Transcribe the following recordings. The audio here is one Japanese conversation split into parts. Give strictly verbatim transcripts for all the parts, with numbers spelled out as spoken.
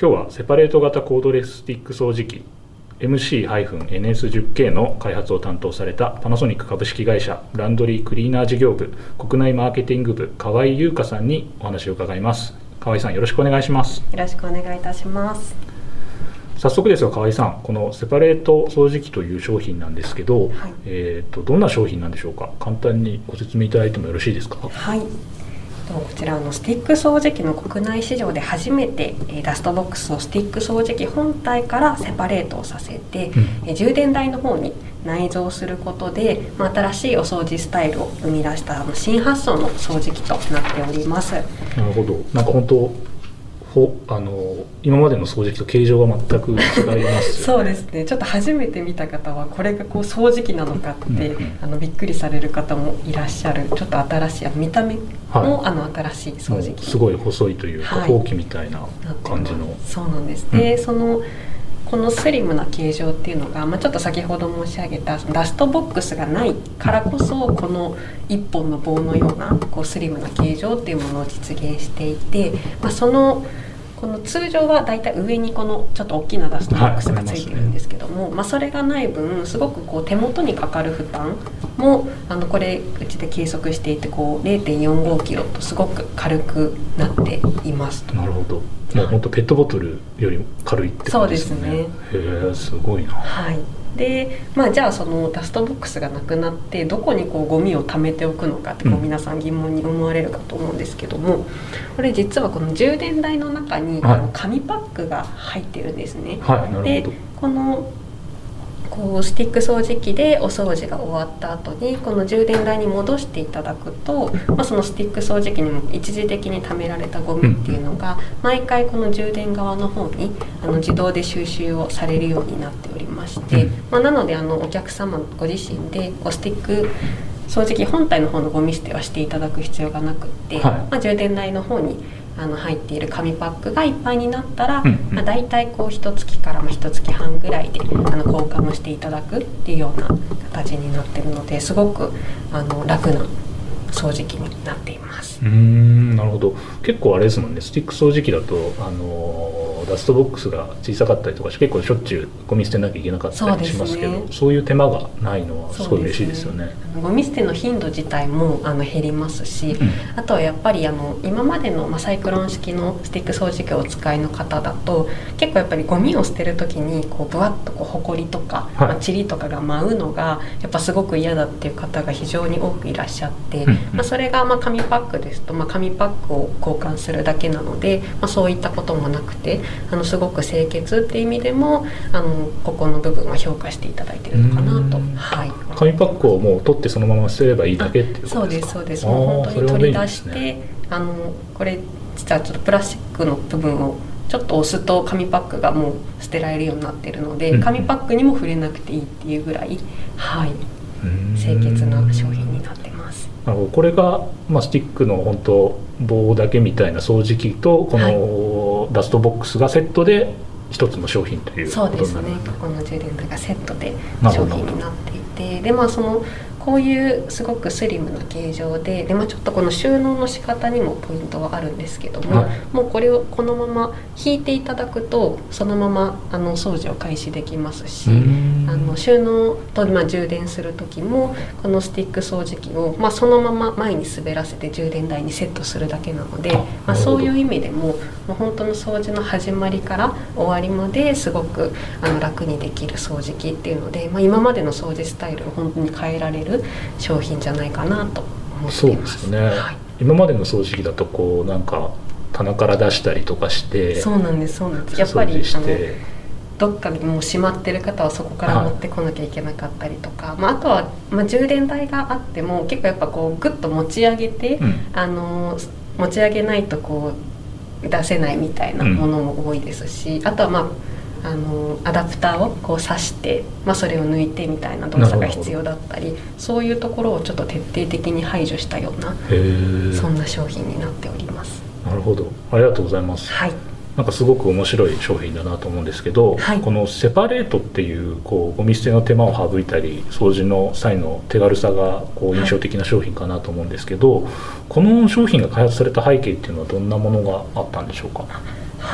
今日はセパレート型コードレススティック掃除機 エムシーエヌエスじゅっケー の開発を担当されたパナソニック株式会社ランドリークリーナー事業部国内マーケティング部河合優香さんにお話を伺います。河合さん、よろしくお願いします。 よろしくお願いいたします。 早速ですが河合さん、このセパレート掃除機という商品なんですけど、はい、えーと、どんな商品なんでしょうか。簡単にご説明いただいてもよろしいですか。 はい、こちらのスティック掃除機の国内市場で初めてダストボックスをスティック掃除機本体からセパレートをさせて、うん、充電台の方に内蔵することで、まあ、新しいお掃除スタイルを生み出した新発想の掃除機となっております。 なるほど。なんか本当ほあの今までの掃除機と形状が全く違いますよね。 そうですね。ちょっと初めて見た方はこれがこう掃除機なのかって、うんうん、あのびっくりされる方もいらっしゃる。ちょっと新しい見た目も、はい、あの新しい掃除機、 すごい細いというか、はい、ほうきみたいな感じの。 そうなんです。で、うん、そのこのスリムな形状っていうのが、まあ、ちょっと先ほど申し上げたダストボックスがないからこそこの一本の棒のようなこうスリムな形状っていうものを実現していて、まあ、そのこの通常はだいたい上にこのちょっと大きなダストボックスがついてるんですけども、はい、まあ、それがない分すごくこう手元にかかる負担もあのこれうちで計測していてこう れいてんよんごキロとすごく軽くなっていますと。 なるほど。もう本当ペットボトルより軽いって感じですね。 そうですね。 へえ、すごいな。 はい。で、まあ、じゃあそのダストボックスがなくなってどこにこうゴミを貯めておくのかってこう皆さん疑問に思われるかと思うんですけども、うん、これ実はこの充電台の中に、はい、あの紙パックが入ってるんですね。 はい、なるほど。 でこのこうスティック掃除機でお掃除が終わった後にこの充電台に戻していただくと、まあ、そのスティック掃除機にも一時的に貯められたゴミっていうのが毎回この充電側の方にあの自動で収集をされるようになっておりまして、まあ、なのであのお客様ご自身でこうスティック掃除機本体の方のゴミ捨てはしていただく必要がなくって、はい、まあ、充電台の方にあの入っている紙パックがいっぱいになったら、うんうん、まあ、だいたいこういっかげつからいっかげつはんぐらいであの交換をしていただくっていうような形になっているのですごくあの楽な掃除機になっています。 うーん、なるほど。結構あれですもんね、スティック掃除機だとあのダストボックスが小さかったりとか結構しょっちゅうゴミ捨てなきゃいけなかったりしますけど、そう、ね、そういう手間がないのはすごい嬉しいですよね。 ゴミ捨ての頻度自体もあの減りますし、うん、あとはやっぱりあの今までの、まあ、サイクロン式のスティック掃除機をお使いの方だと結構やっぱりゴミを捨てる時にこうブワッとこうホコリとか、はい、まあ、塵とかが舞うのがやっぱすごく嫌だっていう方が非常に多くいらっしゃって、うん、まあ、それがまあ紙パックですと、まあ、紙パックを交換するだけなので、まあ、そういったこともなくてあのすごく清潔っていう意味でもあのここの部分は評価していただいているのかなと、はい、 紙パックをもう取ってそのまま捨てればいいだけっていうことですか。 そうですそうです。もう本当に取り出して、ね、あのこれ実はちょっとプラスチックの部分をちょっと押すと紙パックがもう捨てられるようになっているので、うん、紙パックにも触れなくていいっていうぐらい、はい、清潔な商品になってます。 なるほど。これが、まあ、スティックの本当棒だけみたいな掃除機とこのダストボックスがセットで一つの商品ということになる。 そうですね。この充電台がセットで商品になっていて、で、まあ、そのこういうすごくスリムな形状で、で、まあ、ちょっとこの収納の仕方にもポイントはあるんですけども、はい、もうこれをこのまま引いていただくとそのままあの掃除を開始できますし、あの収納と、まあ、充電する時もこのスティック掃除機を、まあ、そのまま前に滑らせて充電台にセットするだけなので、まあ、そういう意味でも、もう本当の掃除の始まりから終わりまですごくあの楽にできる掃除機っていうので、まあ、今までの掃除スタイルを本当に変えられる商品じゃないかなと思っています。 そうですね、はい、今までの掃除機だとこうなんか棚から出したりとかして、 そうなんですそうなんです。やっぱりあのどっかにもうしまってる方はそこから持ってこなきゃいけなかったりとか、はい、まあ、あとは、まあ、充電台があっても結構やっぱこうグッと持ち上げて、うん、あの持ち上げないとこう出せないみたいなものも多いですし、うん、あとはまああのアダプターをこう挿して、まあ、それを抜いてみたいな動作が必要だったり、そういうところをちょっと徹底的に排除したようなそんな商品になっております。 なるほど、ありがとうございます。 はい、 なんかすごく面白い商品だなと思うんですけど、はい、このセパレートっていうこうゴミ捨ての手間を省いたり掃除の際の手軽さがこう印象的な商品かなと思うんですけど、はい、この商品が開発された背景っていうのはどんなものがあったんでしょうか。 はい、えっ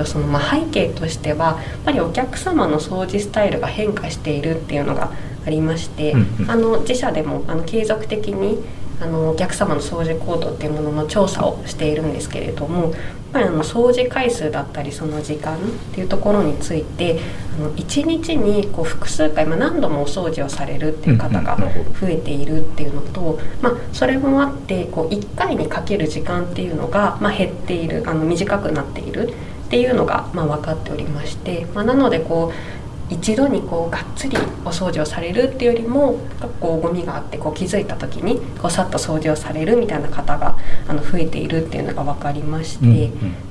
とそのまあ背景としてはやっぱりお客様の掃除スタイルが変化しているっていうのがありまして、うんうん、あの自社でもあの継続的にあのお客様の掃除行動っていうものの調査をしているんですけれども、やっぱりあの掃除回数だったりその時間っていうところについて、あのいちにちにこう複数回、まあ、何度もお掃除をされるっていう方が増えているっていうのと、まあ、それもあってこういっかいにかける時間っていうのがまあ減っている、あの短くなっているっていうのがまあ分かっておりまして、まあ、なのでこう一度にこうがっつりお掃除をされるっていうよりもこうゴミがあってこう気づいた時にこうさっと掃除をされるみたいな方があの増えているっていうのが分かりまして、うんうん、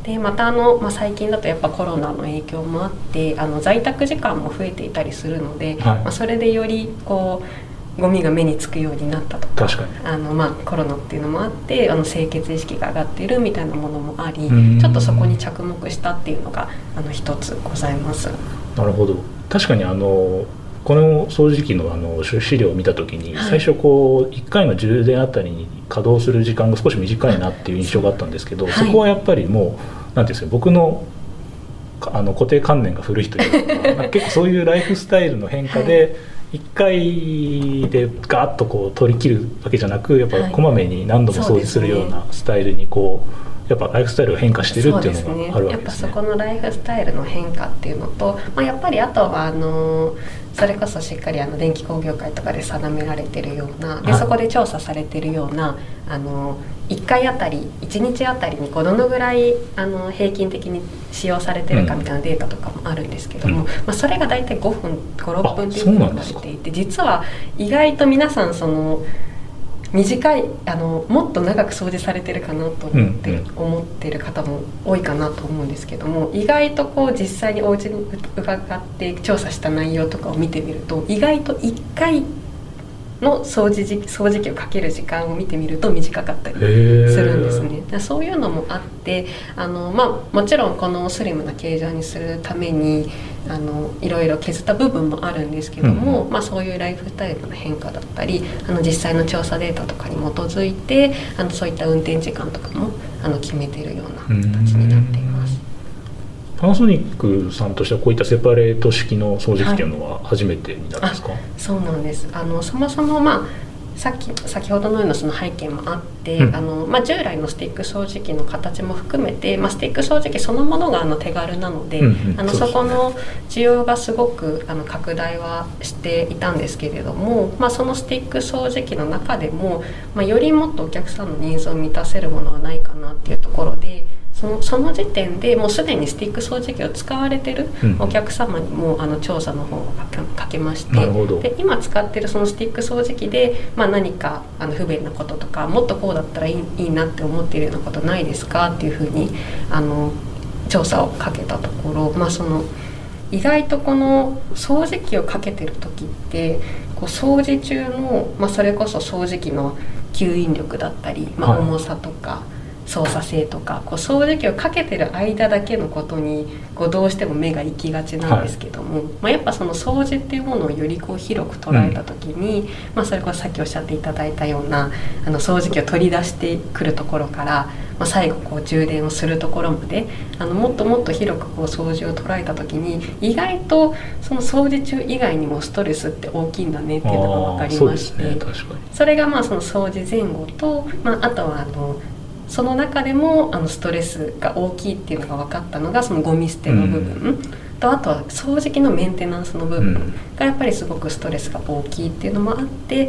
でまたあの、まあ、最近だとやっぱコロナの影響もあってあの在宅時間も増えていたりするので、はい、まあ、それでよりこうゴミが目につくようになったとか、 確かにあの、まあ、コロナっていうのもあってあの清潔意識が上がっているみたいなものもあり、ちょっとそこに着目したっていうのがあの一つございます。 なるほど。確かにあのこの掃除機 の, あの資料を見た時に、はい、最初こういっかいの充電あたりに稼働する時間が少し短いなっていう印象があったんですけど、はい、そこはやっぱりもう何ていうんですか、僕のあの固定観念が古いというか結構そういうライフスタイルの変化で、はい、いっかいでガーッとこう取り切るわけじゃなく、やっぱこまめに何度も掃除するようなスタイルにこうやっぱライフスタイルが変化してるっていうのがあるわけですね。 やっぱそこのライフスタイルの変化っていうのと、まあ、やっぱりあとはあのそれこそしっかりあの電気工業会とかで定められてるようなで、そこで調査されてるようなあのいっかいあたりいちにちあたりにこうどのぐらいあの平均的に使用されてるかみたいなデータとかもあるんですけども、うん、まあ、それが大体ごふんごろっぷんっていうふうに言われていて、実は意外と皆さんその短いあのもっと長く掃除されてるかなと思って、うんうん、思ってる方も多いかなと思うんですけども、意外とこう実際にお家に伺って調査した内容とかを見てみると、意外といっかいの掃除時掃除機をかける時間を見てみると短かったりするんですね。そういうのもあってあの、まあ、もちろんこのスリムな形状にするためにあのいろいろ削った部分もあるんですけども、うん、まあ、そういうライフスタイルの変化だったりあの実際の調査データとかに基づいてあのそういった運転時間とかもあの決めているような形になっています。 パナソニックさんとしてはこういったセパレート式の掃除機というのは初めてになるんですか？はい、 そうなんです。あのそもそも、まあ、さっき先ほどのようなその背景もあって、うん、あのまあ、従来のスティック掃除機の形も含めて、まあ、スティック掃除機そのものがあの手軽なので、うんうん、あのそこの需要がすごくあの拡大はしていたんですけれども、まあ、そのスティック掃除機の中でも、まあ、よりもっとお客さんのニーズを満たせるものはないかなっていうところで、その、その時点でもうすでにスティック掃除機を使われてるお客様にも、うん、あの調査の方をかけ、かけまして、で今使ってるそのスティック掃除機で、まあ、何かあの不便なこととかもっとこうだったらいい、いいなって思っているようなことないですかっていうふうにあの調査をかけたところ、まあ、その意外とこの掃除機をかけてる時ってこう掃除中の、まあ、それこそ掃除機の吸引力だったり、まあ、重さとか、はい、操作性とかこう掃除機をかけてる間だけのことにこうどうしても目が行きがちなんですけども、はい、まあ、やっぱその掃除っていうものをよりこう広く捉えた時に、うん、まあ、それこそさっきおっしゃっていただいたようなあの掃除機を取り出してくるところから、まあ、最後こう充電をするところまであのもっともっと広くこう掃除を捉えた時に意外とその掃除中以外にもストレスって大きいんだねっていうのが分かりまして、 そうですね、確かにそれがまあその掃除前後と、まあ、あとはあのその中でもあのストレスが大きいっていうのが分かったのがそのゴミ捨ての部分、うん、とあとは掃除機のメンテナンスの部分がやっぱりすごくストレスが大きいっていうのもあって、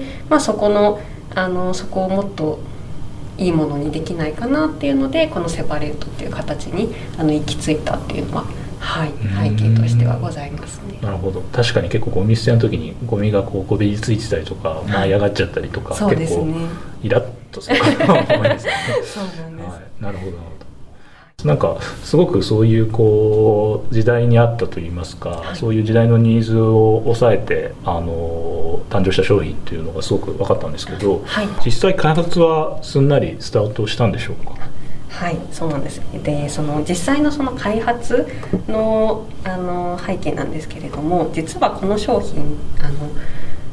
まあ、そこの、あのそこをもっといいものにできないかなっていうのでこのセパレートっていう形にあの行き着いたっていうのは、はい、背景としてはございますね。 なるほど。確かに結構ゴミ捨ての時にゴミがこうこびりついてたりとか舞い上がっちゃったりとか、 そうですね、 結構イラッとするかと思いますね。 そうなんです、 はい、なるほどなるほど。なんかすごくそういうこう時代に合ったといいますか、はい、そういう時代のニーズを抑えてあの誕生した商品っていうのがすごく分かったんですけど、はい、実際開発はすんなりスタートしたんでしょうか？ はい、そうなんです。で、その実際のその開発の、あの背景なんですけれども、実はこの商品あの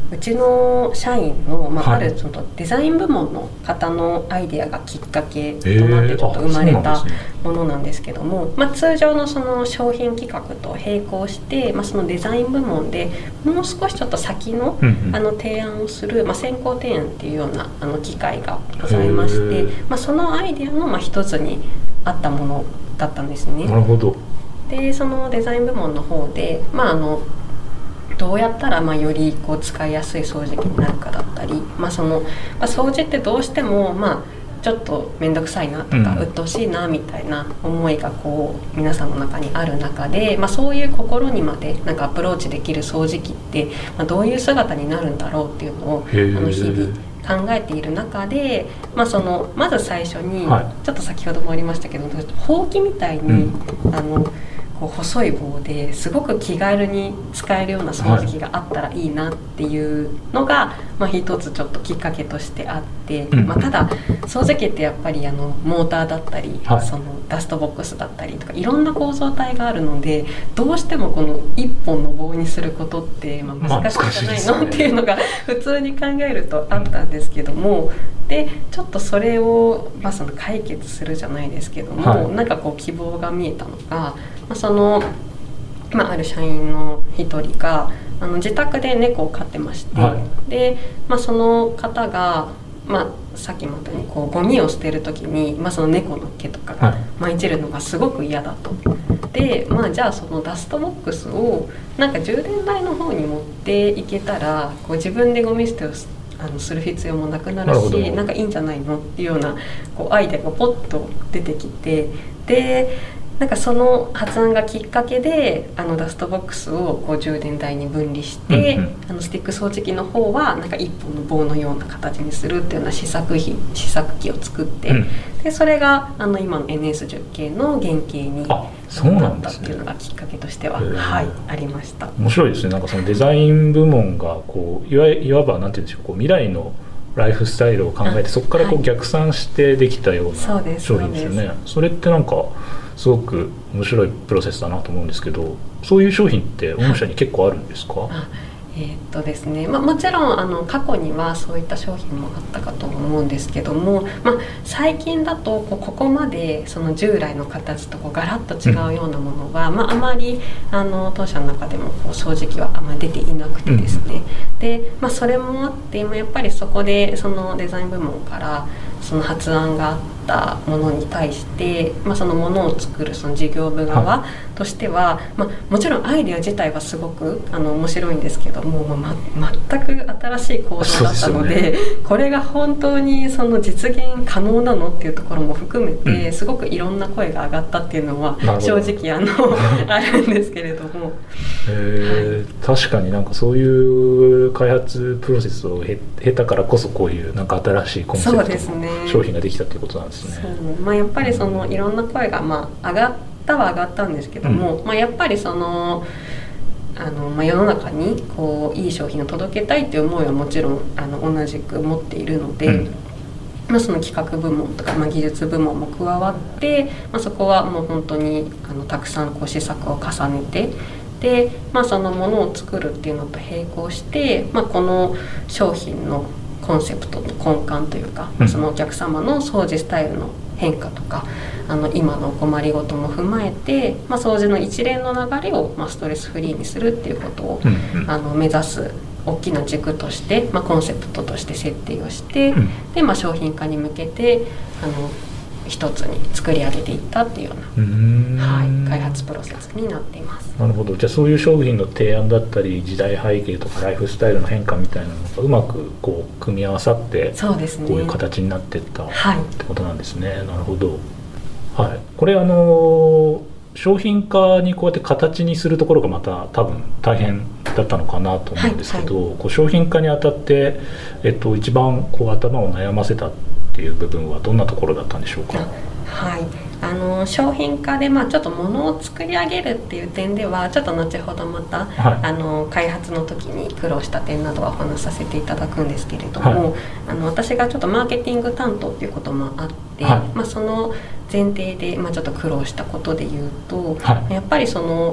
うちの社員の、まあ、 はい、 あるちょっとデザイン部門の方のアイデアがきっかけとなってちょっと生まれたものなんですけども、まあ、通常のその商品企画と並行して、まあ、そのデザイン部門でもう少しちょっと先の、うんうん、あの提案をする、まあ、先行提案っていうようなあの機会がございまして、まあ、そのアイデアのまあ一つにあったものだったんですね。 なるほど。 でそのデザイン部門の方で、まあ、あのどうやったらまあよりこう使いやすい掃除機になるかだったり、まあそのまあ、掃除ってどうしてもまあちょっと面倒くさいなとか、うん、鬱陶しいなみたいな思いがこう皆さんの中にある中で、まあ、そういう心にまでなんかアプローチできる掃除機って、まあ、どういう姿になるんだろうっていうのをあの日々考えている中で、まあ、そのまず最初に、はい、ちょっと先ほどもありましたけどほうきみたいに、うん、あのこう細い棒ですごく気軽に使えるような掃除機があったらいいなっていうのが、はい、まあ、一つちょっときっかけとしてあって、うん、まあ、ただ掃除機ってやっぱりあのモーターだったり、はい、そのダストボックスだったりとかいろんな構造体があるのでどうしてもこの一本の棒にすることって、まあ、難しいんじゃないの、まあね、っていうのが普通に考えるとあったんですけども、でちょっとそれを、まあ、その解決するじゃないですけども、はい、なんかこう希望が見えたのが、まあ、その、まあ、ある社員の一人があの自宅で猫を飼ってまして、はい、で、まあ、その方が、まあ、さっきも言ったようにこうゴミを捨てる時に、まあ、その猫の毛とかが舞い散るのがすごく嫌だと。で、まあ、じゃあそのダストボックスをなんか充電台の方に持っていけたらこう自分でゴミ捨てをあのする必要もなくなるし、なんかいいんじゃないのっていうようなこうアイデアがポッと出てきて、でなんかその発案がきっかけであのダストボックスをこう充電台に分離して、うんうん、あのスティック掃除機の方はなんか一本の棒のような形にするっていうような試作品試作機を作って、うん、でそれがあの今の エヌエスじゅっ 系の原型になったっていうのがきっかけとしては、はい、ありました。 面白いですね。なんかそのデザイン部門がこういわいわばなんていうんでしょう、こう未来のライフスタイルを考えてそこからこう逆算してできたような商品ですよね。はい、それってなんかすごく面白いプロセスだなと思うんですけど、そういう商品って御社に結構あるんですか？はい、 えーっとですねまあ、もちろんあの過去にはそういった商品もあったかと思うんですけども、まあ、最近だとこうここまでその従来の形とこうガラッと違うようなものは、うん、まあ、あまりあの当社の中でもこう掃除機はあまり出ていなくてですね、うん、で、まあ、それもあってやっぱりそこでそのデザイン部門からその発案があったものに対して、まあ、そのものを作るその事業部側としては、はい、まあ、もちろんアイデア自体はすごくあの面白いんですけども、まあ、全く新しい構造だったの で, で、ね、これが本当にその実現可能なのっていうところも含めて、うん、すごくいろんな声が上がったっていうのは正直 あ, のあるんですけれども、 えーはい、確かになんかそういう開発プロセスを経たからこそこういうなんか新しいコンセプトの商品ができたっていうことなんですね。 そう、まあ、やっぱりそのいろんな声がまあ上がったは上がったんですけども、うん、まあ、やっぱりそのあの、まあ、世の中にこういい商品を届けたいっていう思いはもちろんあの同じく持っているので、うん、まあ、その企画部門とか、まあ、技術部門も加わって、まあ、そこはもう本当にあのたくさんこう試作を重ねて、で、まあ、そのものを作るっていうのと並行して、まあ、この商品のコンセプトの根幹というか、うん、そのお客様の掃除スタイルの変化とかあの今のお困りごとも踏まえて、まあ、掃除の一連の流れを、まあ、ストレスフリーにするっていうことを、うんうん、あの目指す大きな軸として、まあ、コンセプトとして設定をして、うん、で、まあ、商品化に向けてあの一つに作り上げていったっていうような、うーん、はい、開発プロセスになっています。 なるほど。じゃあそういう商品の提案だったり時代背景とかライフスタイルの変化みたいなのがうまくこう組み合わさってそうですね、 こういう形になっていったっはい、 てことなんですね。なるほど。はい、これあの商品化にこうやって形にするところがまた多分大変だったのかなと思うんですけど、はいはい、こう商品化にあたって、えっと、一番こう頭を悩ませたっていう部分はどんなところだったんでしょうか？ はい、あの商品化で、まあ、ちょっと物を作り上げるっていう点ではちょっと後ほどまた、はい、あの開発の時に苦労した点などはお話しさせていただくんですけれども、はい、あの私がちょっとマーケティング担当っていうこともあって、はい、まあ、その前提で、まあ、ちょっと苦労したことでいうと、はい、やっぱりその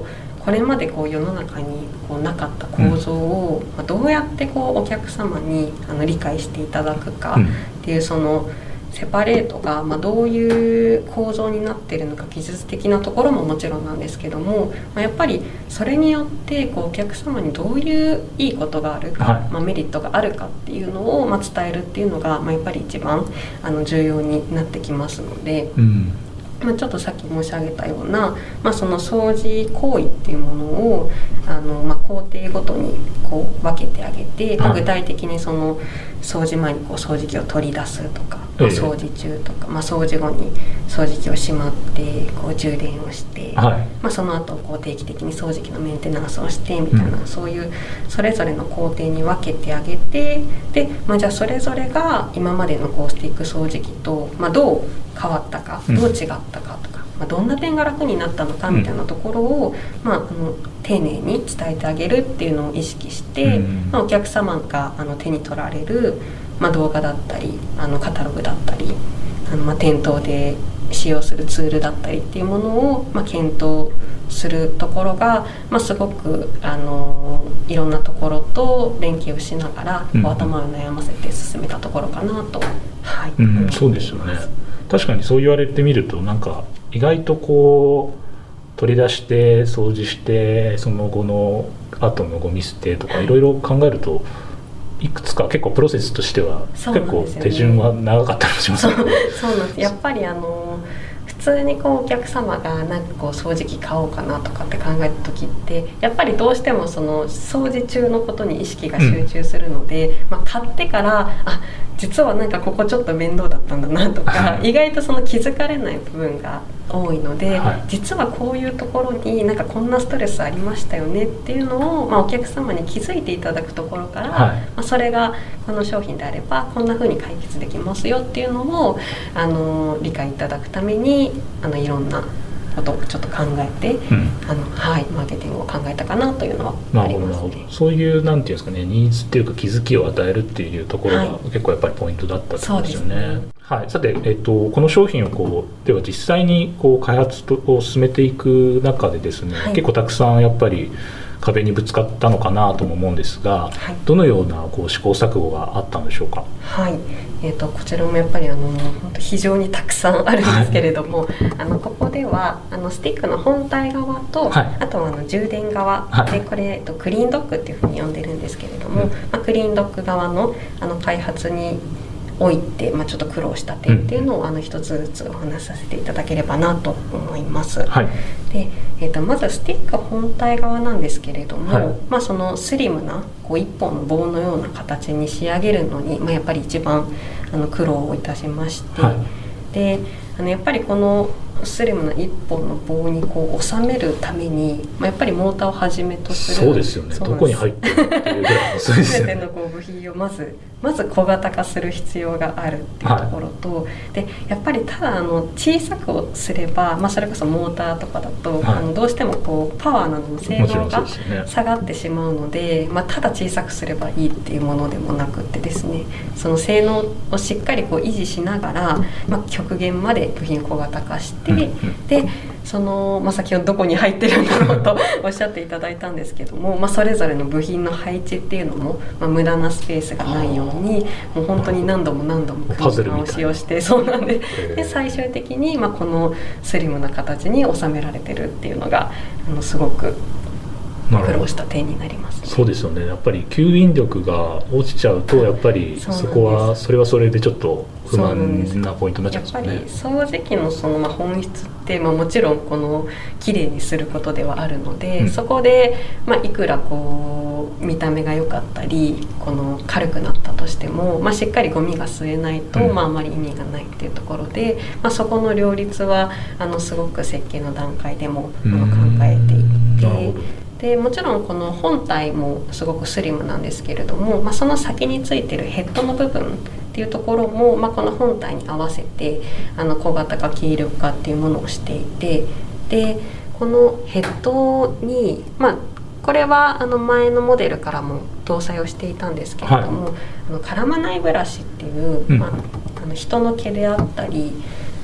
これまでこう世の中にこうなかった構造を、まあ、どうやってこうお客様にあの理解していただくかっていう、そのセパレートが、まあ、どういう構造になっているのか、技術的なところももちろんなんですけども、まあ、やっぱりそれによってこうお客様にどういういいことがあるか、 はい、 まあ、メリットがあるかっていうのを、まあ、伝えるっていうのが、まあ、やっぱり一番あの重要になってきますので、うん、まあ、ちょっとさっき申し上げたような、まあ、その掃除行為っていうものをあの、まあ、工程ごとにこう分けてあげて、まあ、具体的にその掃除前にこう掃除機を取り出すとか、まあ、掃除中とか、まあ、掃除後に掃除機をしまってこう充電をして、はい、まあ、その後こう定期的に掃除機のメンテナンスをしてみたいな、うん、そういうそれぞれの工程に分けてあげて、で、まあ、じゃあそれぞれが今までのこうスティック掃除機と、まあ、どう変わったか、どう違ったかとか、まあ、どんな点が楽になったのかみたいなところを、うん、まあ、あの丁寧に伝えてあげるっていうのを意識して、うん、まあ、お客様があの手に取られる、まあ、動画だったりあのカタログだったりあの、まあ、店頭で使用するツールだったりっていうものを、まあ、検討するところが、まあ、すごくあのいろんなところと連携をしながら、うん、こう頭を悩ませて進めたところかなと、はい、 うん、そうですよね。確かにそう言われてみると、なんか意外とこう取り出して掃除してその後の後のゴミ捨てとかいろいろ考えると、いくつか結構プロセスとしては結構手順は長かったりしますね。 そうなんです。やっぱりあの普通にこうお客様がなんかこう掃除機買おうかなとかって考えた時って、やっぱりどうしてもその掃除中のことに意識が集中するので、うん、まあ、買ってからあ実はなんかここちょっと面倒だったんだなとか、意外とその気づかれない部分が多いので、はい、実はこういうところになんかこんなストレスありましたよねっていうのを、まあ、お客様に気づいていただくところから、はい、まあ、それがこの商品であればこんな風に解決できますよっていうのをあの理解いただくためにあのいろんなことをちょっと考えて、うん、あのはい、マーケティングを考えたかなというのはありますね。 そういうなんていうんですかね、ニーズっていうか気づきを与えるっていうところが結構やっぱりポイントだったってことですよね。はい、はい、さて、えっと、この商品をこうでは実際にこう開発を進めていく中でですね、はい、結構たくさんやっぱり壁にぶつかったのかなとも思うんですが、はい、どのようなこう試行錯誤があったんでしょうか。 はい、えーと、こちらもやっぱりあの本当非常にたくさんあるんですけれども、はい、あのここではあのスティックの本体側と、はい、あとはあの充電側、はい、でこれ、えっと、クリーンドックっていうふうに呼んでるんですけれども、うん、まあ、クリーンドック側の、あの開発において、まあ、ちょっと苦労した点っていうのを、うん、あの一つずつお話しさせていただければなと思います。はい、で、えー、とまずスティック本体側なんですけれども、はい、まあ、そのスリムなこう一本の棒のような形に仕上げるのに、まあ、やっぱり一番あの苦労をいたしまして、はい、であのやっぱりこのスリムな一本の棒にこう収めるために、まあ、やっぱりモーターをはじめとする、 そうですよね、どこに入ってるっていうぐらい細いですよね。 全てのこう部品をまずまず小型化する必要があるっていうところと、はい、でやっぱりただあの小さくすれば、まあ、それこそモーターとかだと、はい、あのどうしてもこうパワーなどの性能が下がってしまうので、まあ、ただ小さくすればいいっていうものでもなくってですね、その性能をしっかりこう維持しながら、まあ、極限まで部品を小型化して、うんうん、でその、まあ、先ほどどこに入ってるんだろうとおっしゃっていただいたんですけども、まあ、それぞれの部品の配置っていうのも、まあ、無駄なスペースがないようにもう本当に何度も何度も組み直しをして、そうなんで、で最終的に、まあ、このスリムな形に収められてるっていうのがあのすごく苦労した点になります、ね、 そうですよね。やっぱり吸引力が落ちちゃうとやっぱりそこはそれはそれでちょっと不満なポイントになっちゃうんですよね。 やっぱり掃除機のそのまあ本質って、まあ、もちろんこのきれいにすることではあるので、うん、そこで、まあ、いくらこう見た目が良かったりこの軽くなったとしても、まあ、しっかりゴミが吸えないと、うん、まあ、あまり意味がないっていうところで、まあ、そこの両立はあのすごく設計の段階でもあの考えていて。でもちろんこの本体もすごくスリムなんですけれども、まあ、その先についてるヘッドの部分っていうところも、まあ、この本体に合わせてあの小型化軽量化っていうものをしていて、でこのヘッドに、まあ、これはあの前のモデルからも搭載をしていたんですけれども、はい、あの絡まないブラシっていう、うん、まあ、あの人の毛であったり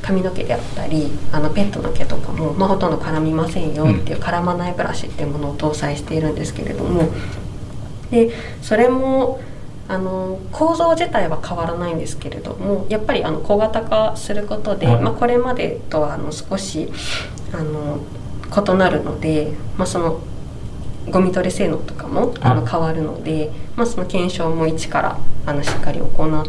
髪の毛であったりあのペットの毛とかも、まあ、ほとんど絡みませんよっていう絡まないブラシっていうものを搭載しているんですけれども、でそれもあの構造自体は変わらないんですけれども、やっぱりあの小型化することで、はい、まあ、これまでとはあの少しあの異なるので、まあ、そのゴミ取り性能とかもあの変わるので、まあ、その検証も一からあのしっかり行って、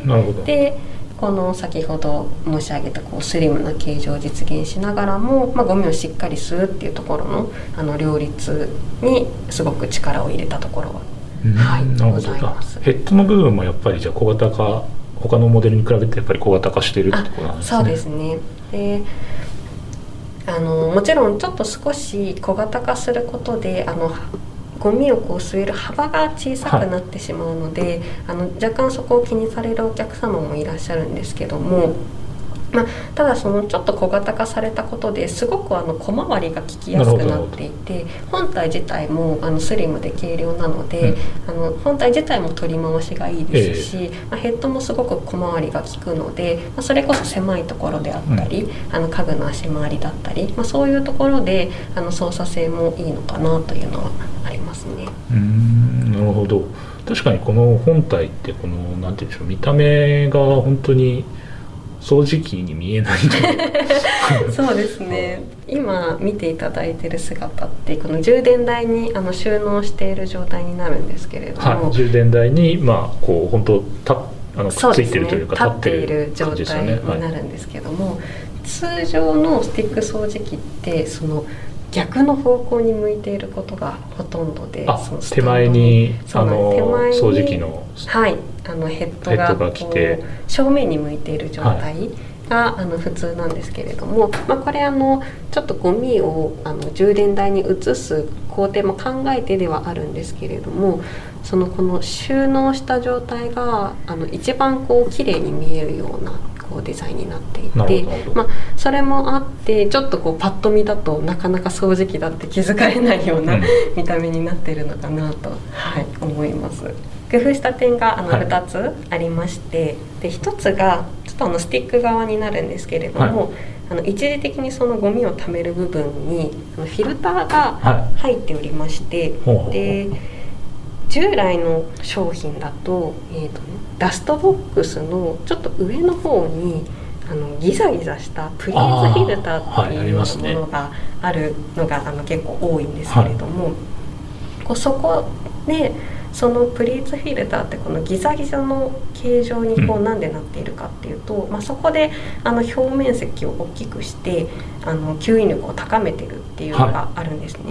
でこの先ほど申し上げたこうスリムな形状を実現しながらも、まあ、ゴミをしっかり吸うっていうところの、あの両立にすごく力を入れたところは、はい、 なるほど。ヘッドの部分もやっぱりじゃあ小型化、他のモデルに比べてやっぱり小型化してるってことなんですね。 そうですね。であのもちろんちょっと少し小型化することであのゴミをこう吸える幅が小さくなってしまうので、はい、あの若干そこを気にされるお客様もいらっしゃるんですけども、まあ、ただそのちょっと小型化されたことですごくあの小回りが利きやすくなっていて、本体自体もあのスリムで軽量なので、うん、あの本体自体も取り回しがいいですし、えーまあ、ヘッドもすごく小回りが利くので、まあ、それこそ狭いところであったり、うん、あの家具の足回りだったり、まあ、そういうところであの操作性もいいのかなというのはありますね。 うーん、なるほど。確かにこの本体ってこのなんていうんでしょう、見た目が本当に掃除機に見えないそうですね。今見ていただいている姿ってこの充電台にあの収納している状態になるんですけれども、 はい、充電台にまあこう本当たあのくっついてるというか、 そうですね、立っている状態になるんですけども、はい、通常のスティック掃除機ってその逆の方向に向いていることがほとんどで、 その手前にあの掃除機の、 はい、あのヘッドがこう正面に向いている状態が、はい、あの普通なんですけれども、まあ、これあのちょっとゴミをあの充電台に移す工程も考えてではあるんですけれども、そのこの収納した状態があの一番こう綺麗に見えるようなこうデザインになっていて、まあ、それもあってちょっとこうパッと見だとなかなか掃除機だって気づかれないような、うん、見た目になっているのかなと、はい、思います。工夫した点があのふたつありまして、はい、でひとつがちょっとあのスティック側になるんですけれども、はい、あの一時的にそのゴミをためる部分にあのフィルターが入っておりまして、はい、で従来の商品だと、えーとね、ダストボックスのちょっと上の方にあのギザギザしたプリーズフィルターっていうようなものがあるのがあの結構多いんですけれども、はい、こうそこでそのプリーツフィルターってこのギザギザの形状にこうなんでなっているかっていうと、うん、まあ、そこであの表面積を大きくしてあの吸引力を高めてるっていうのがあるんですね。はい、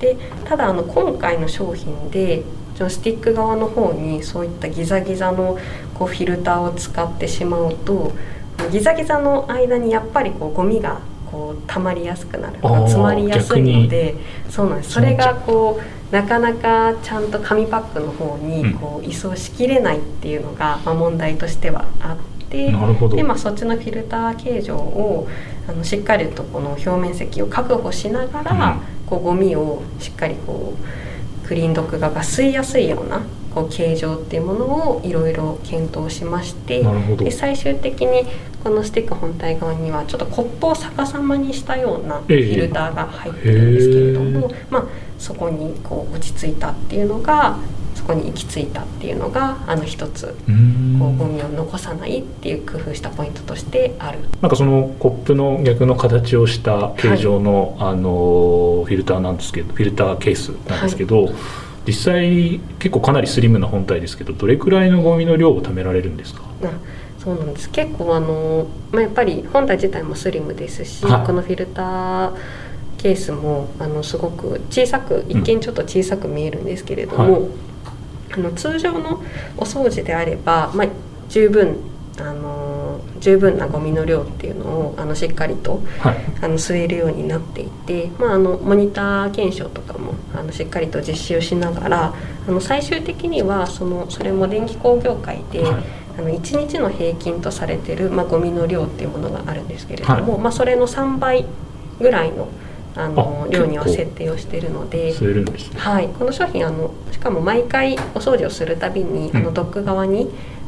でただあの今回の商品でスティック側の方にそういったギザギザのこうフィルターを使ってしまうと、ギザギザの間にやっぱりこうゴミがこう溜まりやすくなる、詰まりやすいので、そうなんです。それがこうなかなかちゃんと紙パックの方にこう移送しきれないっていうのが、まあ、問題としてはあって、で、まあ、そっちのフィルター形状をあのしっかりとこの表面積を確保しながら、うん、こうゴミをしっかりこうクリーンドッグ側が吸いやすいようなこう形状っていうものをいろいろ検討しまして、で最終的にこのスティック本体側にはちょっとコップを逆さまにしたようなフィルターが入ってるんですけれども、まあ、そこにこう落ち着いたっていうのがそこに行き着いたっていうのがあの一つこうゴミを残さないっていう工夫したポイントとしてある。 なんかそのコップの逆の形をした形状の、はい、あのフィルターなんですけどフィルターケースなんですけど、はい、実際結構かなりスリムな本体ですけどどれくらいのゴミの量を貯められるんですか？ あ、そうなんです。結構あの、まあ、やっぱり本体自体もスリムですし、はい、このフィルターケースもあのすごく小さく一見ちょっと小さく見えるんですけれども、うん、はい、あの通常のお掃除であれば、まあ、十分あの十分なゴミの量っていうのをあのしっかりと、はい、あの吸えるようになっていて、まあ、あのモニター検証とかもあのしっかりと実施をしながらあの最終的にはそのそれも電気工業界で、はい、あのいちにちの平均とされている、まあ、ゴミの量っていうものがあるんですけれども、はい、まあ、それのさんばいぐらいのあの量には設定をしているので、 吸えるんですね。 はい、この商品あのしかも毎回お掃除をするたびに、うん、あのドッグ側に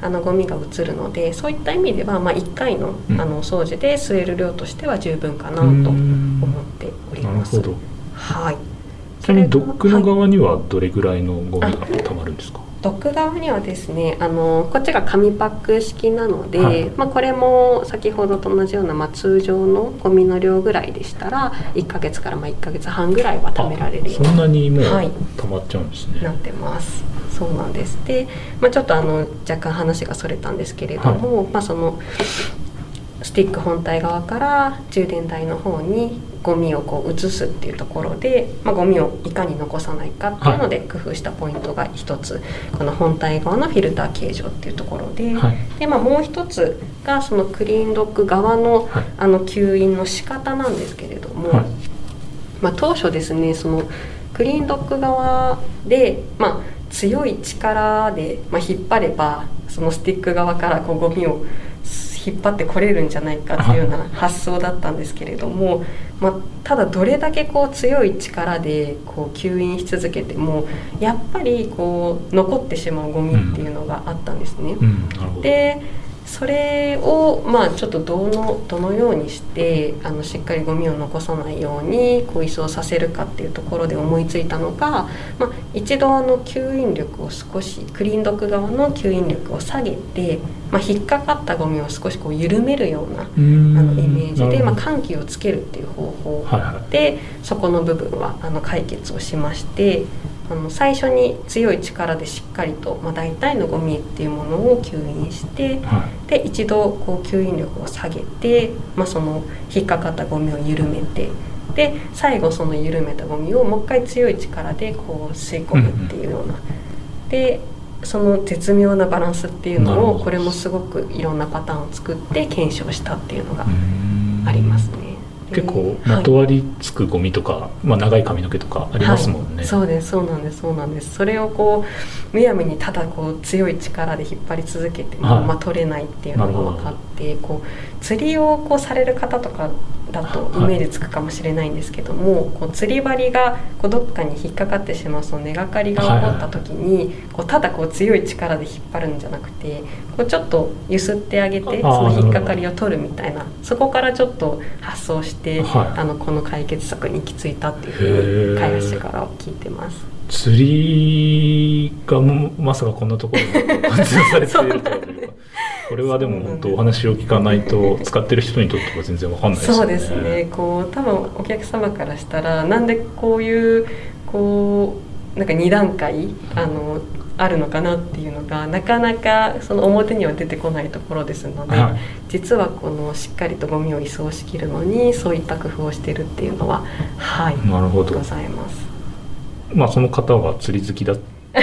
あのゴミが移るので、そういった意味では、まあ、いっかい の, あのお掃除で吸える量としては十分かなと思っております。 なるほど。 はい。 ちなみにドックの側にはどれぐらいのゴミがたまるんですか？はい、 ドック側にはですね、あのこっちが紙パック式なので、 はい、 まあ、これも先ほどと同じような、まあ、通常のゴミの量ぐらいでしたらいっかげつからまあいっかげつはんぐらいは貯められるように、 そんなにもうはい、 溜まっちゃうんですね。 なってます。そうなんです。で、まあ、ちょっとあの若干話がそれたんですけれども、はい、まあ、そのスティック本体側から充電台の方にゴミをこう移すっていうところで、まあ、ゴミをいかに残さないかっていうので工夫したポイントが一つ、はい、この本体側のフィルター形状っていうところで、はい、で、まあ、もう一つがそのクリーンドック側の、はい、あの吸引の仕方なんですけれども、はい、まあ、当初ですね、そのクリーンドック側で、まあ、強い力で、まあ、引っ張ればそのスティック側からこうゴミを引っ張ってこれるんじゃないかっていうような発想だったんですけれども、まあ、ただどれだけこう強い力でこう吸引し続けてもやっぱりこう残ってしまうゴミっていうのがあったんですね。うんうん、でそれをまあちょっとどの、どのようにしてあのしっかりゴミを残さないようにこう移送させるかっていうところで思いついたのが、まあ、一度あの吸引力を少しクリーンドック側の吸引力を下げて、まあ、引っかかったゴミを少しこう緩めるようなあのイメージで、まあ、緩急をつけるっていう方法で、はいはい、そこの部分はあの解決をしまして、あの最初に強い力でしっかりと、まあ、大体のゴミっていうものを吸引して、はい、で一度こう吸引力を下げて、まあ、その引っかかったゴミを緩めて、で最後その緩めたゴミをもう一回強い力でこう吸い込むっていうような、うんうん、でその絶妙なバランスっていうのをこれもすごくいろんなパターンを作って検証したっていうのがありますね。 結構まとわりつくゴミとか、はい、まあ、長い髪の毛とかありますもんね。 はい、そうですそうなんですそうなんです。それをこうむやみにただこう強い力で引っ張り続けても、はい、まあ、取れないっていうのが分かって、こう釣りをこうされる方とかだとイメージつくかもしれないんですけども、はい、こう釣り針がこうどっかに引っかかってしまうその根がかりが起こった時に、こうただこう強い力で引っ張るんじゃなくて、こうちょっと揺すってあげてその引っかかりを取るみたいな、そこからちょっと発想して、はい、あのこの解決策に行き着いたっていうふうに開発者から聞いてます。 釣りがまさかこんなところに活用されているというかこれはでも本当お話を聞かないと使ってる人にとっては全然わかんないですよね。 そうですね。こう多分お客様からしたらなんでこういうこうなんかに段階あのあるのかなっていうのがなかなかその表には出てこないところですので、はい、実はこのしっかりとゴミを移送しきるのにそういった工夫をしているっていうのは、はい、 なるほどございます。 まあその方は釣り好きだ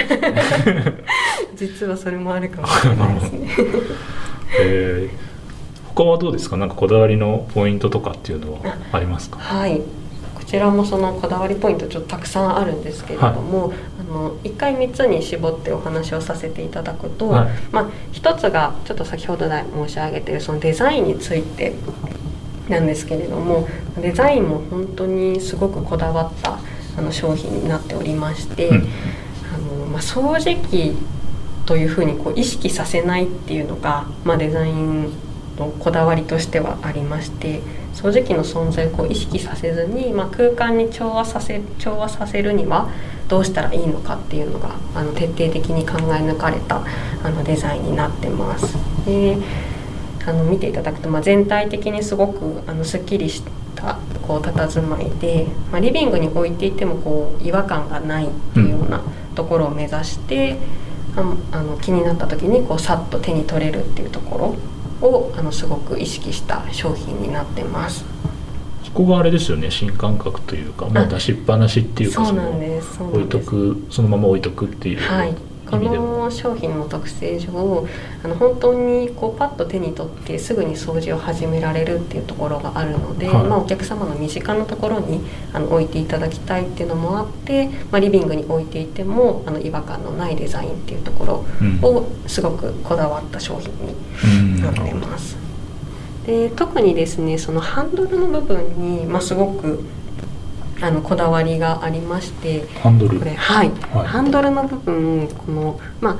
実はそれもあるかもしれないですね。 えー、他はどうですか？なんかこだわりのポイントとかっていうのはありますか？ はい、こちらもそのこだわりポイントちょっとたくさんあるんですけれども、はい、あのいっかいみっつに絞ってお話をさせていただくと、はい、まあ、ひとつがちょっと先ほど来申し上げているそのデザインについてなんですけれども、デザインも本当にすごくこだわったあの商品になっておりまして、うん、あのまあ、掃除機というふうにこう意識させないっていうのが、まあ、デザインのこだわりとしてはありまして、掃除機の存在をこう意識させずに、まあ、空間に調和させ、調和させるにはどうしたらいいのかっていうのがあの徹底的に考え抜かれたあのデザインになってます。であの見ていただくと、まあ、全体的にすごくあのすっきりしたこう佇まいで、まあ、リビングに置いていてもこう違和感がないっていうようなところを目指して、うん、ああの気になった時にこうさっと手に取れるっていうところをあのすごく意識した商品になってます。 そこがあれですよね、新感覚というか、まあ、出しっぱなしっていうか、 そうなんです、 置いとく、そのまま置いとくっていう、 はい、この商品の特性上あの本当にこうパッと手に取ってすぐに掃除を始められるっていうところがあるので、はい、まあ、お客様の身近なところにあの置いていただきたいっていうのもあって、まあ、リビングに置いていてもあの違和感のないデザインっていうところをすごくこだわった商品になってます。で特にですね、そのハンドルの部分に、まあ、すごくあのこだわりがありまして、 ハンドル、 これ、はいはい、ハンドルの部分この、まあ、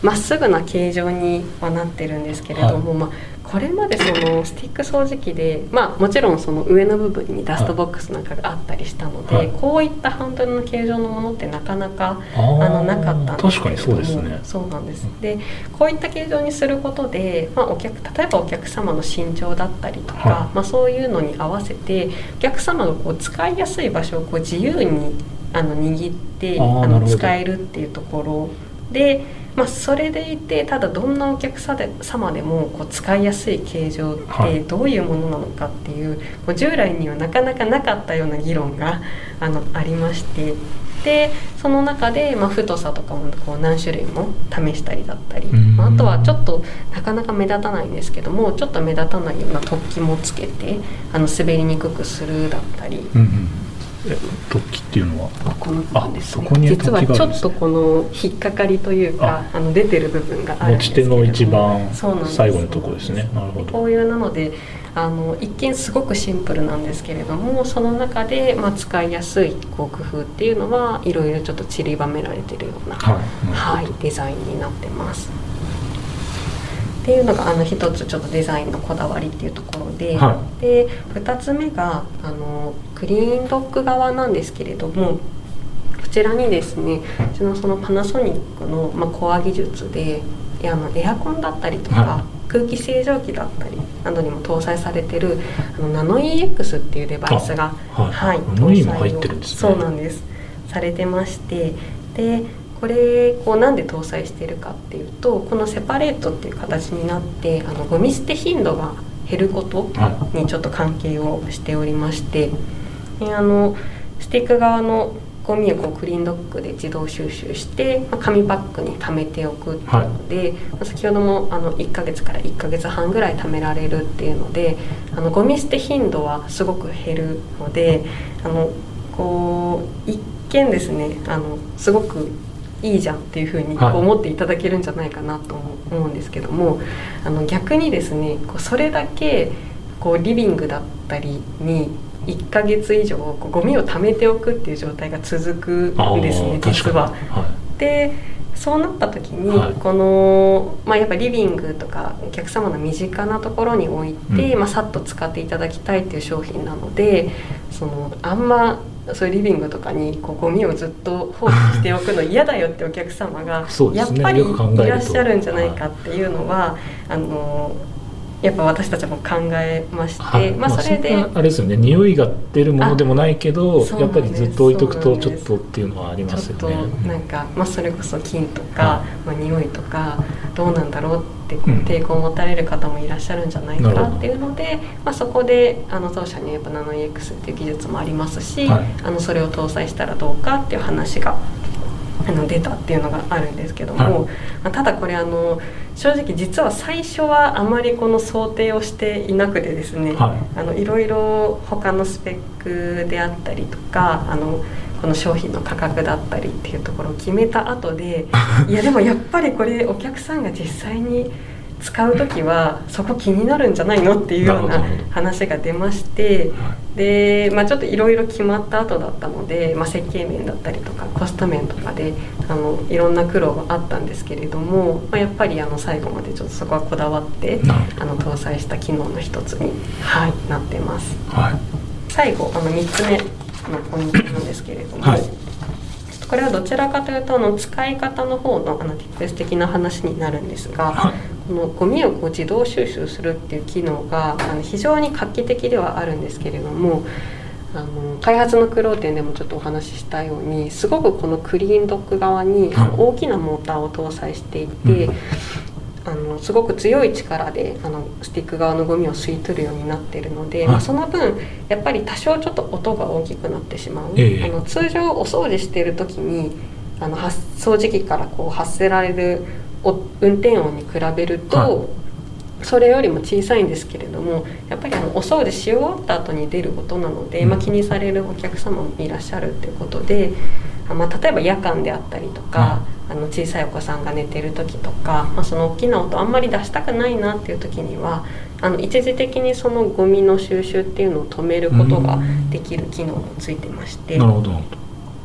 まっすぐな形状にはなってるんですけれども、はい、まあ、これまでそのスティック掃除機で、まあ、もちろんその上の部分にダストボックスなんかがあったりしたので、はい、こういったハンドルの形状のものってなかなかあのなかったんですけれども、確かにそうですね。そうなんです。でこういった形状にすることで、まあ、お客例えばお客様の身長だったりとか、はい、まあ、そういうのに合わせてお客様がこう使いやすい場所をこう自由にあの握ってああの使えるっていうところで、まあ、それでいてただどんなお客様でもこう使いやすい形状ってどういうものなのかっていう、はい、こう従来にはなかなかなかったような議論があのありまして、でその中で、まあ、太さとかもこう何種類も試したりだったり、まあ、あとはちょっとなかなか目立たないんですけどもちょっと目立たないような突起もつけてあの滑りにくくするだったり、うんうん、 え突起っていうのはここの部分ですね。実はちょっとこの引っかかりというかあの出てる部分があるんですけれども、 持ち手の一番最後のところですね。なるほど。 こういうなのであの一見すごくシンプルなんですけれどもその中で、まあ、使いやすいこう工夫っていうのはいろいろちょっと散りばめられてるような、はいはい、デザインになってます。っていうのがあの一つちょっとデザインのこだわりっていうところで、はい、でふたつめがあのクリーンドッグ側なんですけれどもこちらにですねうちのそのパナソニックの、まあ、コア技術であのエアコンだったりとか、はい、空気清浄機だったりなどにも搭載されているあのナノ イーエックス っていうデバイスが、はいはい、搭載をそうなんですされてまして、でこれこうなんで搭載しているかっていうとこのセパレートっていう形になってあのゴミ捨て頻度が減ることにちょっと関係をしておりまして、であのスティック側のゴミをこうクリーンドッグで自動収集して、まあ、紙パックに貯めておくっていうので、はい、まあ、先ほどもあのいっかげつからいっかげつはんぐらい貯められるっていうのであのゴミ捨て頻度はすごく減るのであのこう一見ですねあのすごくいいじゃんっていうふうにこう思っていただけるんじゃないかなと思うんですけども、あの逆にですねこうそれだけこうリビングだったりにいっかげつ以上こうゴミを貯めておくっていう状態が続くんですね実は。はい、でそうなった時に、はい、この、まあ、やっぱリビングとかお客様の身近なところに置いて、うん、まあ、さっと使っていただきたいっていう商品なのでそのあんまそういうリビングとかにこうゴミをずっと放置しておくの嫌だよってお客様がやっぱりいらっしゃるんじゃないかっていうのはあのやっぱ私たちも考えまして、はい、まあ、それで、まあ、 あれですよね匂いが出るものでもないけどやっぱりずっと置いとくとちょっとっていうのはありますよね。ちょっとなんか、 まあ、それこそ菌とか、まあ、匂いとかどうなんだろうってこう抵抗を持たれる方もいらっしゃるんじゃないかっていうので、まあ、そこであの当社にやっぱナノ イーエックス っていう技術もありますし、はい、あのそれを搭載したらどうかっていう話があの出たっていうのがあるんですけども、はい、まあ、ただこれあの正直実は最初はあまりこの想定をしていなくてですね、はい、あのいろいろ他のスペックであったりとかあのこの商品の価格だったりっていうところを決めた後でいやでもやっぱりこれお客さんが実際に使う時はそこ気になるんじゃないのっていうような話が出まして、で、まあ、ちょっといろいろ決まった後だったので、まあ、設計面だったりとかコスト面とかであのいろんな苦労があったんですけれども、まあ、やっぱりあの最後までちょっとそこはこだわってあの搭載した機能の一つに、はい、なってます。はい、最後あのみっつめのポイントなんですけれども、はい、これはどちらかというとあの使い方の方のあのティップス的な話になるんですが、はい、このゴミをこう自動収集するっていう機能があの非常に画期的ではあるんですけれども、あの開発の苦労点でもちょっとお話ししたようにすごくこのクリーンドッグ側に大きなモーターを搭載していて、あのすごく強い力であのスティック側のゴミを吸い取るようになっているので、はい、まあ、その分やっぱり多少ちょっと音が大きくなってしまう、ええ、あの通常お掃除している時にあの掃除機からこう発せられる運転音に比べると、はい、それよりも小さいんですけれどもやっぱりあのお掃除し終わった後に出る音なので、うん、まあ、気にされるお客様もいらっしゃるということで、まあ、例えば夜間であったりとか、うん、あの小さいお子さんが寝てる時とか、まあ、その大きな音あんまり出したくないなっていう時にはあの一時的にそのゴミの収集っていうのを止めることができる機能もついてまして、 なるほど。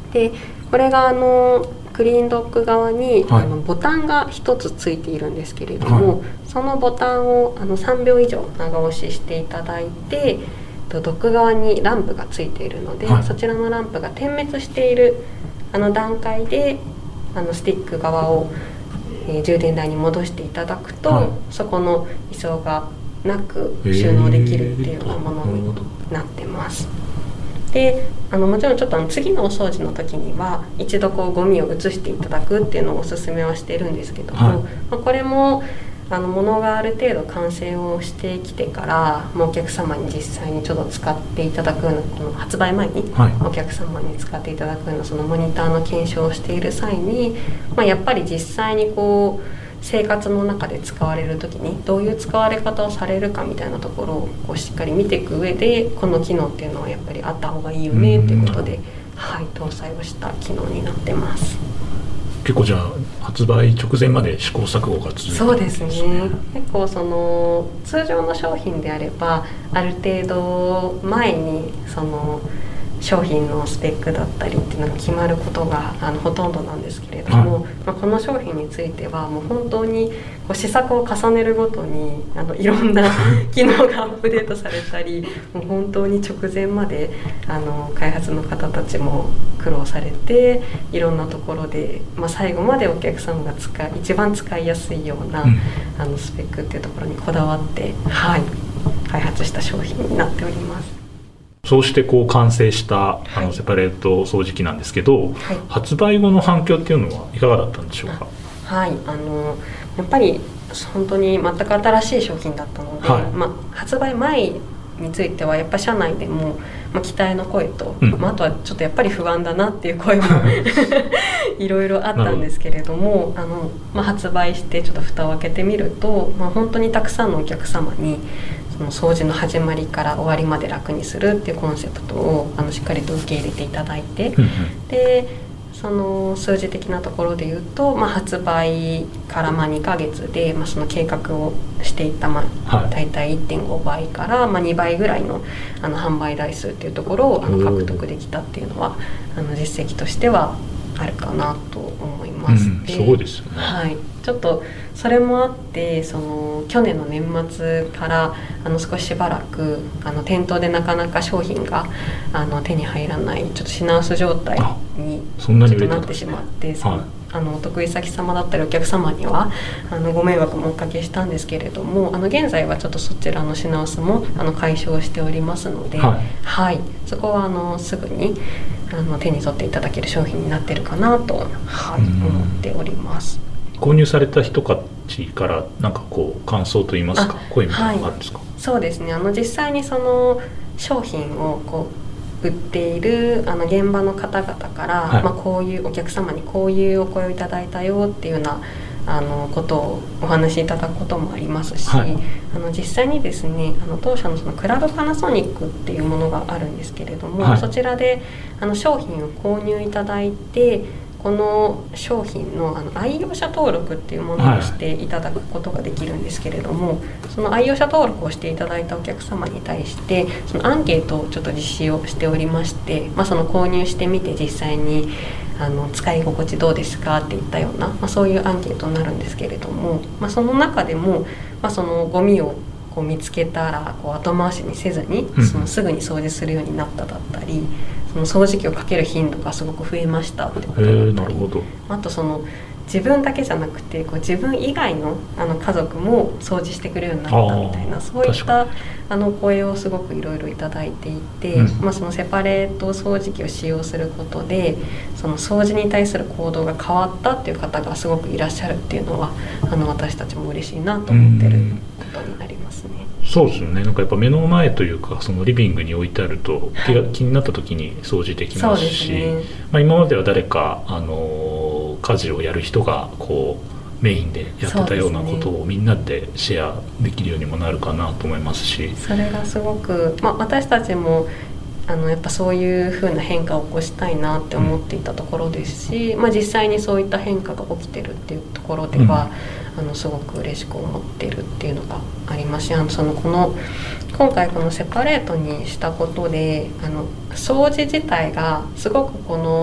でこれがあのクリーンドッグ側に、 はい、 あのボタンがひとつついているんですけれども、はい、そのボタンをあのさんびょう以上長押ししていただいて、ドッグ側にランプがついているので、はい、そちらのランプが点滅しているあの段階であのスティック側を、えー、充電台に戻していただくと、はい、そこの位相がなく収納できるっていうようなものになってます。であのもちろんちょっとあの次のお掃除の時には一度こうゴミを移していただくっていうのをおすすめはしているんですけども、はい、まあ、これもあの物がある程度完成をしてきてから、まあ、お客様に実際にちょっと使っていただくようなこの発売前にお客様に使っていただくようなそのモニターの検証をしている際に、まあ、やっぱり実際にこう生活の中で使われる時にどういう使われ方をされるかみたいなところをこうしっかり見ていく上で、この機能っていうのはやっぱりあった方がいいよねということで、はい、搭載をした機能になってます。 結構じゃあ発売直前まで試行錯誤が続いてるんですね。 そうですね。結構その通常の商品であればある程度前にその商品のスペックだったりっていうのが決まることがあのほとんどなんですけれども、はい、まあ、この商品についてはもう本当にこう試作を重ねるごとにあのいろんな機能がアップデートされたりもう本当に直前まであの開発の方たちも苦労されて、いろんなところで、まあ、最後までお客様が使い一番使いやすいような、うん、あのスペックっていうところにこだわって、はい、開発した商品になっております。 そうしてこう完成したあのセパレート掃除機なんですけど、はい、発売後の反響っていうのはいかがだったんでしょうか。 はい、あのやっぱり本当に全く新しい商品だったので、はい、まあ、発売前についてはやっぱ社内でも、まあ、期待の声と、うん、まあ、あとはちょっとやっぱり不安だなっていう声もいろいろあったんですけれども、あの、まあ、発売してちょっと蓋を開けてみると、まあ、本当にたくさんのお客様に掃除の始まりから終わりまで楽にするっていうコンセプトをあのしっかりと受け入れていただいて、うんうん、でその数字的なところでいうと、まあ、発売からまあにかげつで、まあ、その計画をしていた、まあ、はい、大体 いってんごばいからまあにばいぐらいの、あの販売台数っていうところをあの獲得できたっていうのはあの実績としてはあるかなと思います。 うん、すごいですよね。 はい、ちょっとそれもあってその去年の年末からあの少ししばらくあの店頭でなかなか商品があの手に入らないちょっと品薄状態にちょっとなってしまって、はい、あのお得意先様だったりお客様にはあのご迷惑もおかけしたんですけれども、あの現在はちょっとそちらの品薄もあの解消しておりますので、はい、はい、そこはあのすぐにあの手に取っていただける商品になっているかなと、はい、思っております。 購入された人たちからなんかこう感想といいますか、声みたいなのがあるんですか。はい、 そうですね。あの実際にその商品をこう売っているあの現場の方々から、はい、まあ、こういうお客様にこういうお声をいただいたよっていうようなあのことをお話しいただくこともありますし、はい、あの実際にですねあの当社のそのクラブパナソニックっていうものがあるんですけれども、はい、そちらであの商品を購入いただいてこの商品 の, あの愛用者登録っていうものをしていただくことができるんですけれども、はい、その愛用者登録をしていただいたお客様に対してそのアンケートをちょっと実施をしておりまして、まあ、その購入してみて実際にあの使い心地どうですかっていったような、まあ、そういうアンケートになるんですけれども、まあ、その中でも、まあ、そのゴミをこう見つけたらこう後回しにせずにそのすぐに掃除するようになっただったり、その掃除機をかける頻度がすごく増えましたってことだったり、あとその自分だけじゃなくてこう自分以外 の, あの家族も掃除してくれるようになったみたいな、そういったあの声をすごくいろいろいただいていて、うん、まあ、そのセパレート掃除機を使用することでその掃除に対する行動が変わったっていう方がすごくいらっしゃるっていうのはあの私たちも嬉しいなと思ってることになりますね。 そうですよね。なんかやっぱ目の前というかそのリビングに置いてあると気が、はい、気になった時に掃除できますし、ね、まあ、今までは誰かあの家事をやる人がこうメインでやってたようなことをみんなでシェアできるようにもなるかなと思いますし、 それがすごく、まあ、私たちもあのやっぱそういう風な変化を起こしたいなって思っていたところですし、うん、まあ、実際にそういった変化が起きてるっていうところでは、うん、あのすごく嬉しく思ってるっていうのがありますし、あのそのこの今回このセパレートにしたことであの掃除自体がすごくこの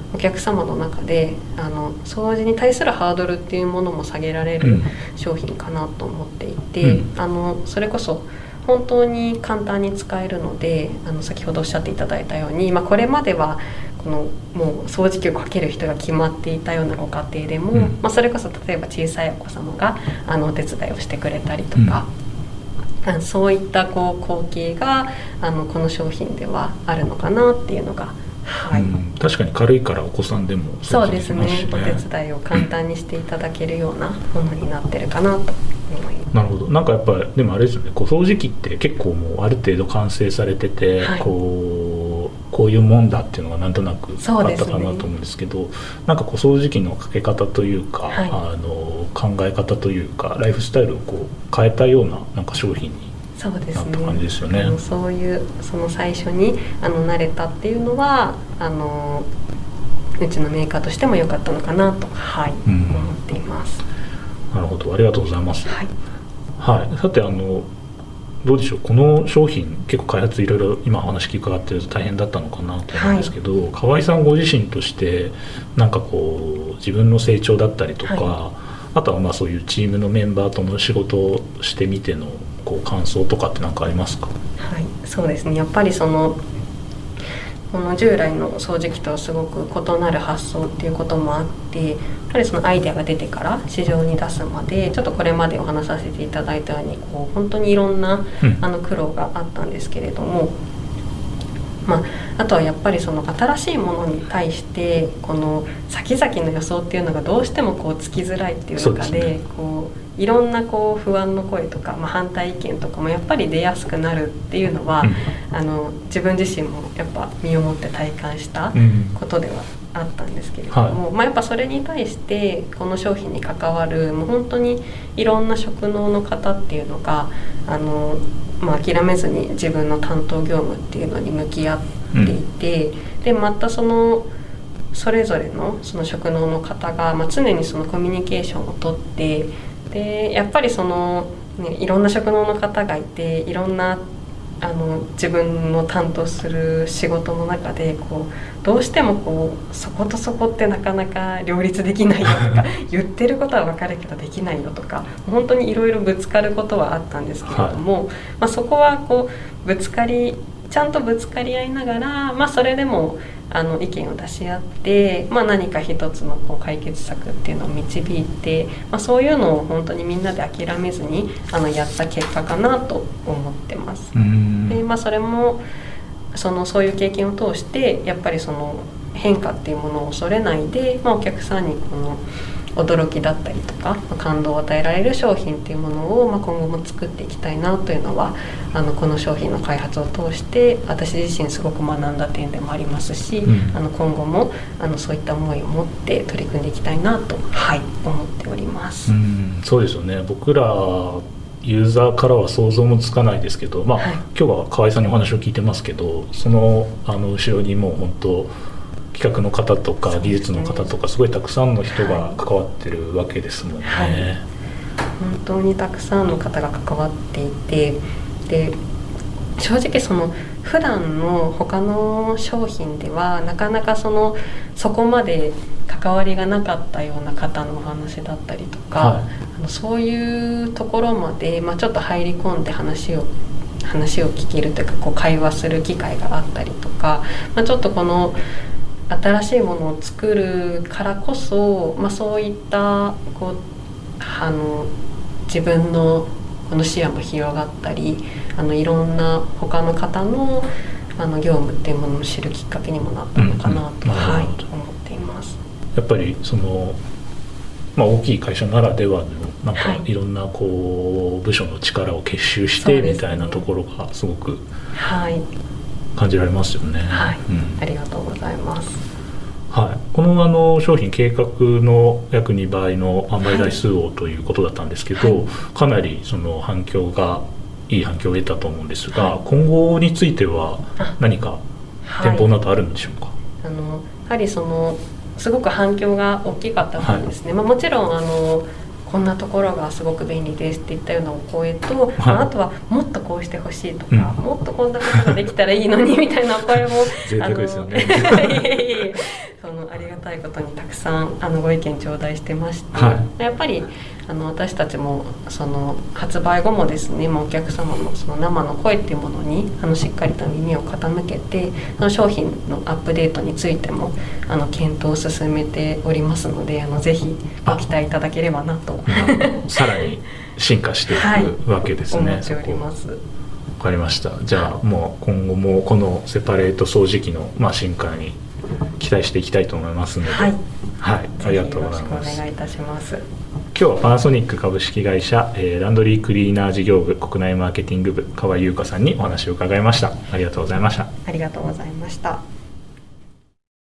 お客様の中であの掃除に対するハードルっていうものも下げられる商品かなと思っていて、うん、あのそれこそ本当に簡単に使えるので、あの先ほどおっしゃっていただいたように、まあ、これまではこのもう掃除機をかける人が決まっていたようなご家庭でも、うん、まあ、それこそ例えば小さいお子様があのお手伝いをしてくれたりとか、うん、そういったこう光景があのこの商品ではあるのかなっていうのが、はい、うん、 確かに軽いからお子さんでもそうですね、お手伝いを簡単にしていただけるようなものになってるかなと思います。 なるほど。なんかやっぱりでもあれですよね、こう掃除機って結構もうある程度完成されてて、はい、こうこういうもんだっていうのがなんとなくあったかなと思うんですけど、ね、なんかこう掃除機のかけ方というか、はい、あの考え方というかライフスタイルをこう変えたようななんか商品にそうですなった感じですよね。 あのそういうその最初にあの慣れたっていうのはあのうちのメーカーとしても良かったのかなと、はい、うん、思っています。 なるほど、ありがとうございます。 はい、 はい、さてあのどうでしょう、この商品結構開発いろいろ今お話伺ってると大変だったのかなと思うんですけど、はい、河合さんご自身としてなんかこう自分の成長だったりとか、はい、あとはまあそういうチームのメンバーとの仕事をしてみてのこう感想とかって何かありますか？ はい、そうですね、やっぱりそのこの従来の掃除機とはすごく異なる発想っていうこともあって、やっぱりそのアイデアが出てから市場に出すまでちょっとこれまでお話しさせていただいたようにこう本当にいろんな、うん、あの苦労があったんですけれども、まあ、あとはやっぱりその新しいものに対してこの先々の予想っていうのがどうしてもこうつきづらいっていう中 で, で、ね、こういろんなこう不安の声とか、まあ、反対意見とかもやっぱり出やすくなるっていうのは、うん、あの自分自身もやっぱ身をもって体感したことではあったんですけれども、うん、まあ、やっぱそれに対してこの商品に関わるもう本当にいろんな職能の方っていうのがあのまあ、諦めずに自分の担当業務っていうのに向き合っていて、うん、でまたそのそれぞれのその職能の方が、まあ、常にそのコミュニケーションをとってでやっぱりその、ね、いろんな職能の方がいていろんなあの自分の担当する仕事の中でこうどうしてもこうそことそこってなかなか両立できないよとか言ってることは分かるけどできないよとか本当にいろいろぶつかることはあったんですけれども、はい、まあ、そこはこうぶつかりちゃんとぶつかり合いながら、まあ、それでもあの意見を出し合って、まあ、何か一つのこう解決策っていうのを導いて、まあ、そういうのを本当にみんなで諦めずにあのやった結果かなと思ってます。で、まあ、それもそのそういう経験を通してやっぱりその変化っていうものを恐れないで、まあ、お客さんにこの驚きだったりとか感動を与えられる商品っていうものを、まあ、今後も作っていきたいなというのはあのこの商品の開発を通して私自身すごく学んだ点でもありますし、うん、あの今後もあのそういった思いを持って取り組んでいきたいなと、はい、思っております。 うん、そうですよね。僕らユーザーからは想像もつかないですけど、まあはい、今日は河合さんにお話を聞いてますけどその、あの後ろにもう本当企画の方とか技術の方とかすごいたくさんの人が関わってるわけですもんね、はいはい、 本当にたくさんの方が関わっていてで正直その普段の他の商品ではなかなかそのそこまで関わりがなかったような方のお話だったりとか、はい、あのそういうところまで、まあ、ちょっと入り込んで話を話を聞けるというかこう会話する機会があったりとか、まあ、ちょっとこの新しいものを作るからこそ、まあ、そういったこうあの自分のこの視野も広がったりあのいろんな他の方のあの業務っていうものを知るきっかけにもなったのかなと、うんはい、思っています。 やっぱりその、まあ、大きい会社ならではのなんかいろんなこう部署の力を結集してみたいなところがすごく感じられますよね。 はい、 うん、 ありがとうございます。 はい、このあの商品計画の約にばいの販売台数をということだったんですけど、はい、かなりその反響がいい反響を得たと思うんですが、はい、今後については何か展望などあるんでしょうか？はい、 あのやはりそのすごく反響が大きかったんですね。はい、まあ、もちろんあのこんなところがすごく便利ですって言ったようなお声と、はい、まあ、あとはもっとこうしてほしいとか、うん、もっとこんなことができたらいいのにみたいなお声も贅沢ですよね。 そのありたいことにたくさんあのご意見頂戴してまして、 はい、 やっぱりあの私たちもその発売後もですね、まあ、お客様のその生の声っていうものにあのしっかりと耳を傾けて、その商品のアップデートについてもあの検討を進めておりますので、あのぜひご期待いただければなとさらに進化していくわけですね、 はい、思っております。 わかりました。じゃあもう今後もこのセパレート掃除機の、まあ、進化に期待していきたいと思いますので、はい、はい、ありがとうございます。 よろしくお願いいたします。 今日はパナソニック株式会社、えー、ランドリークリーナー事業部国内マーケティング部河合優香さんにお話を伺いました。ありがとうございました。 ありがとうございました。